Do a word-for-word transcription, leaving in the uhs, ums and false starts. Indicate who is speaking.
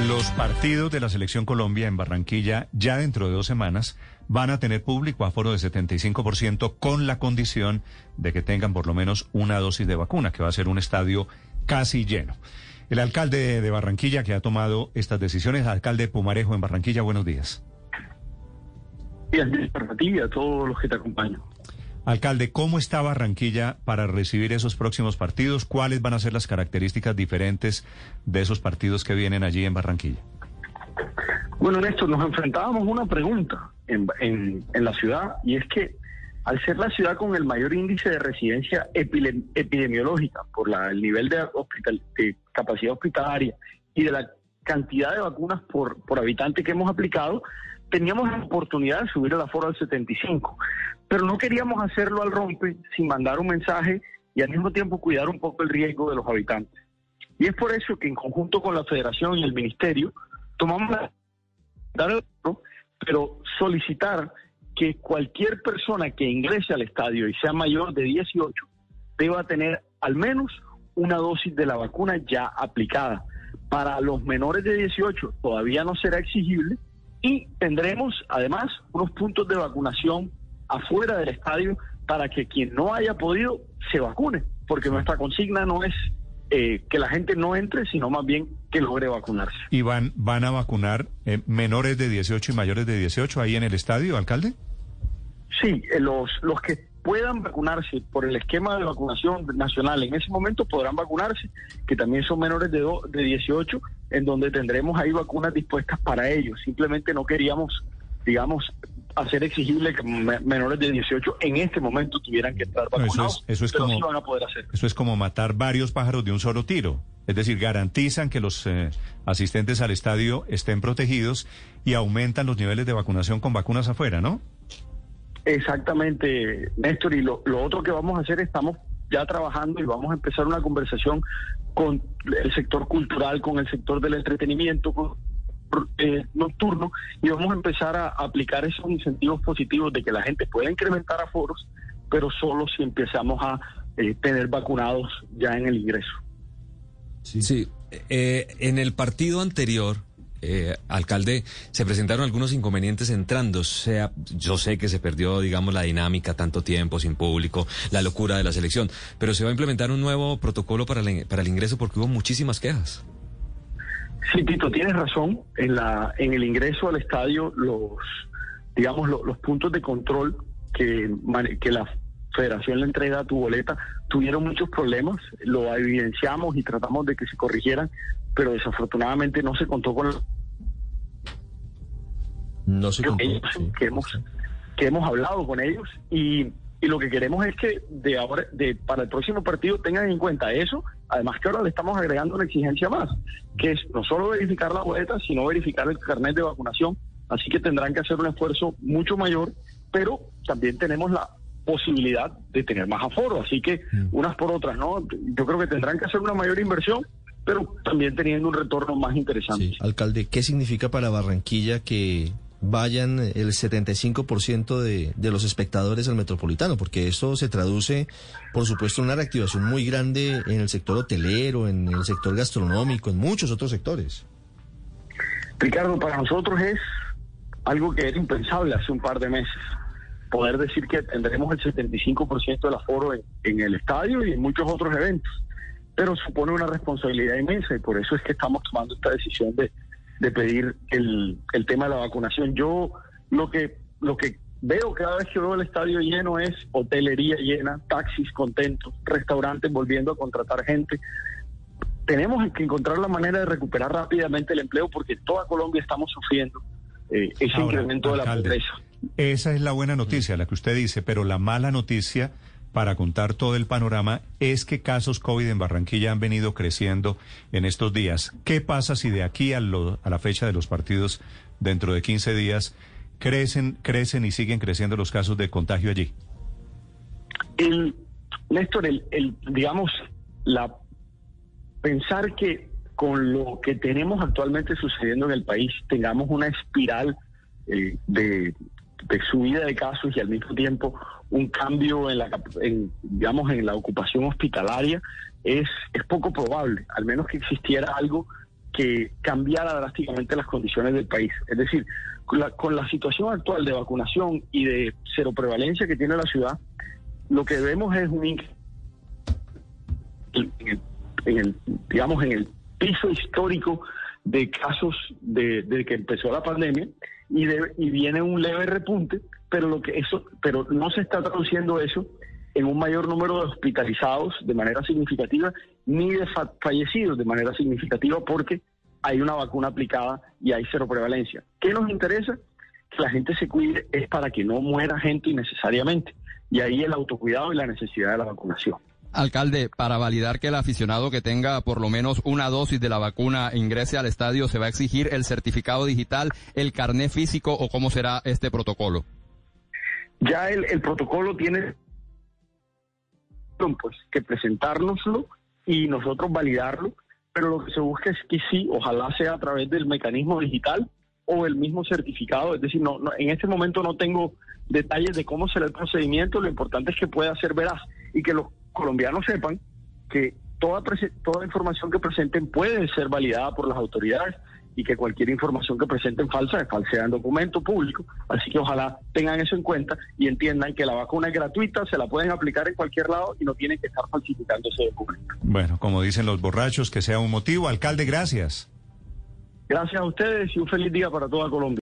Speaker 1: Los partidos de la Selección Colombia en Barranquilla ya dentro de dos semanas van a tener público aforo de setenta y cinco por ciento con la condición de que tengan por lo menos una dosis de vacuna, que va a ser un estadio casi lleno. El alcalde de Barranquilla que ha tomado estas decisiones, alcalde Pumarejo en Barranquilla, buenos días.
Speaker 2: Buenos días para ti y a todos los que te acompañan.
Speaker 1: Alcalde, ¿cómo está Barranquilla para recibir esos próximos partidos? ¿Cuáles van a ser las características diferentes de esos partidos que vienen allí en Barranquilla?
Speaker 2: Bueno, Néstor, nos enfrentábamos a una pregunta en, en, en la ciudad, y es que al ser la ciudad con el mayor índice de residencia epidemiológica por la, el nivel de, hospital, de capacidad hospitalaria y de la cantidad de vacunas por, por habitante que hemos aplicado, teníamos la oportunidad de subir el aforo al setenta y cinco, pero no queríamos hacerlo al rompe sin mandar un mensaje y al mismo tiempo cuidar un poco el riesgo de los habitantes. Y es por eso que en conjunto con la Federación y el Ministerio tomamos la pero solicitar que cualquier persona que ingrese al estadio y sea mayor de dieciocho deba tener al menos una dosis de la vacuna ya aplicada. Para los menores de dieciocho todavía no será exigible, y tendremos además unos puntos de vacunación afuera del estadio para que quien no haya podido se vacune, porque nuestra consigna no es eh, que la gente no entre, sino más bien que logre vacunarse.
Speaker 1: ¿Y van, van a vacunar eh, menores de dieciocho y mayores de dieciocho ahí en el estadio, alcalde?
Speaker 2: Sí, eh, los, los que puedan vacunarse por el esquema de vacunación nacional en ese momento podrán vacunarse, que también son menores de, do, de dieciocho, en donde tendremos ahí vacunas dispuestas para ellos. Simplemente no queríamos, digamos, hacer exigible que menores de dieciocho en este momento tuvieran que estar vacunados.
Speaker 1: No, eso es, eso es
Speaker 2: pero
Speaker 1: como,
Speaker 2: sí van a poder hacer.
Speaker 1: Eso es como matar varios pájaros de un solo tiro. Es decir, garantizan que los eh, asistentes al estadio estén protegidos y aumentan los niveles de vacunación con vacunas afuera, ¿no?
Speaker 2: Exactamente, Néstor, y lo, lo otro que vamos a hacer, estamos ya trabajando y vamos a empezar una conversación con el sector cultural, con el sector del entretenimiento con, eh, nocturno, y vamos a empezar a, a aplicar esos incentivos positivos de que la gente pueda incrementar aforos, pero solo si empezamos a eh, tener vacunados ya en el ingreso.
Speaker 3: Sí, sí. Eh, en el partido anterior, Eh, alcalde, se presentaron algunos inconvenientes entrando. O sea, yo sé que se perdió, digamos, la dinámica, tanto tiempo sin público, la locura de la selección, pero se va a implementar un nuevo protocolo para el, para el ingreso porque hubo muchísimas quejas.
Speaker 2: Sí, Tito, tienes razón. En la en el ingreso al estadio, los digamos los, los puntos de control que, que la Federación le entrega a tu boleta tuvieron muchos problemas. Lo evidenciamos y tratamos de que se corrigieran, pero desafortunadamente no se contó con el...
Speaker 3: No se contó,
Speaker 2: ellos,
Speaker 3: sí,
Speaker 2: que hemos
Speaker 3: sí.
Speaker 2: que hemos hablado con ellos, y, y lo que queremos es que de ahora de para el próximo partido tengan en cuenta eso. Además que ahora le estamos agregando una exigencia más, que es no solo verificar la boleta, sino verificar el carnet de vacunación. Así que tendrán que hacer un esfuerzo mucho mayor, pero también tenemos la posibilidad de tener más aforo, así que mm. unas por otras, ¿no? Yo creo que tendrán que hacer una mayor inversión, pero también teniendo un retorno más interesante.
Speaker 4: Sí. Alcalde, ¿qué significa para Barranquilla que vayan el setenta y cinco por ciento de, de los espectadores al Metropolitano? Porque esto se traduce, por supuesto, en una reactivación muy grande en el sector hotelero, en el sector gastronómico, en muchos otros sectores.
Speaker 2: Ricardo, para nosotros es algo que era impensable hace un par de meses, poder decir que tendremos el setenta y cinco por ciento del aforo en, en el estadio y en muchos otros eventos, pero supone una responsabilidad inmensa, y por eso es que estamos tomando esta decisión de, de pedir el, el tema de la vacunación. Yo lo que lo que veo cada vez que veo el estadio lleno es hotelería llena, taxis contentos, restaurantes volviendo a contratar gente. Tenemos que encontrar la manera de recuperar rápidamente el empleo, porque en toda Colombia estamos sufriendo eh, ese Ahora, incremento de
Speaker 1: alcalde,
Speaker 2: la pobreza.
Speaker 1: Esa es la buena noticia, la que usted dice, pero la mala noticia, para contar todo el panorama, es que casos COVID en Barranquilla han venido creciendo en estos días. ¿Qué pasa si de aquí a, lo, a la fecha de los partidos, dentro de quince días, crecen, crecen y siguen creciendo los casos de contagio allí?
Speaker 2: El, Néstor, el, el, digamos, la pensar que con lo que tenemos actualmente sucediendo en el país, tengamos una espiral eh, de... de subida de casos y al mismo tiempo un cambio en la en, digamos en la ocupación hospitalaria es es poco probable, al menos que existiera algo que cambiara drásticamente las condiciones del país. Es decir, con la, con la situación actual de vacunación y de cero prevalencia que tiene la ciudad, lo que vemos es un en el, en el digamos en el piso histórico de casos de, de que empezó la pandemia y, de, y viene un leve repunte, pero lo que eso, pero no se está traduciendo eso en un mayor número de hospitalizados de manera significativa, ni de fa fallecidos de manera significativa, porque hay una vacuna aplicada y hay cero prevalencia. ¿Qué nos interesa? Que la gente se cuide, es para que no muera gente innecesariamente. Y ahí el autocuidado y la necesidad de la vacunación.
Speaker 5: Alcalde, para validar que el aficionado que tenga por lo menos una dosis de la vacuna ingrese al estadio, ¿se va a exigir el certificado digital, el carné físico o cómo será este protocolo?
Speaker 2: Ya el, el protocolo tiene pues que presentárnoslo y nosotros validarlo, pero lo que se busca es que sí, ojalá sea a través del mecanismo digital o el mismo certificado. Es decir, no, no en este momento no tengo detalles de cómo será el procedimiento. Lo importante es que pueda ser veraz y que los colombianos sepan que toda toda información que presenten puede ser validada por las autoridades y que cualquier información que presenten falsa es falsedad en documento público. Así que ojalá tengan eso en cuenta y entiendan que la vacuna es gratuita, se la pueden aplicar en cualquier lado y no tienen que estar falsificando ese documento.
Speaker 1: Bueno, como dicen los borrachos, que sea un motivo. Alcalde, gracias.
Speaker 2: Gracias a ustedes y un feliz día para toda Colombia.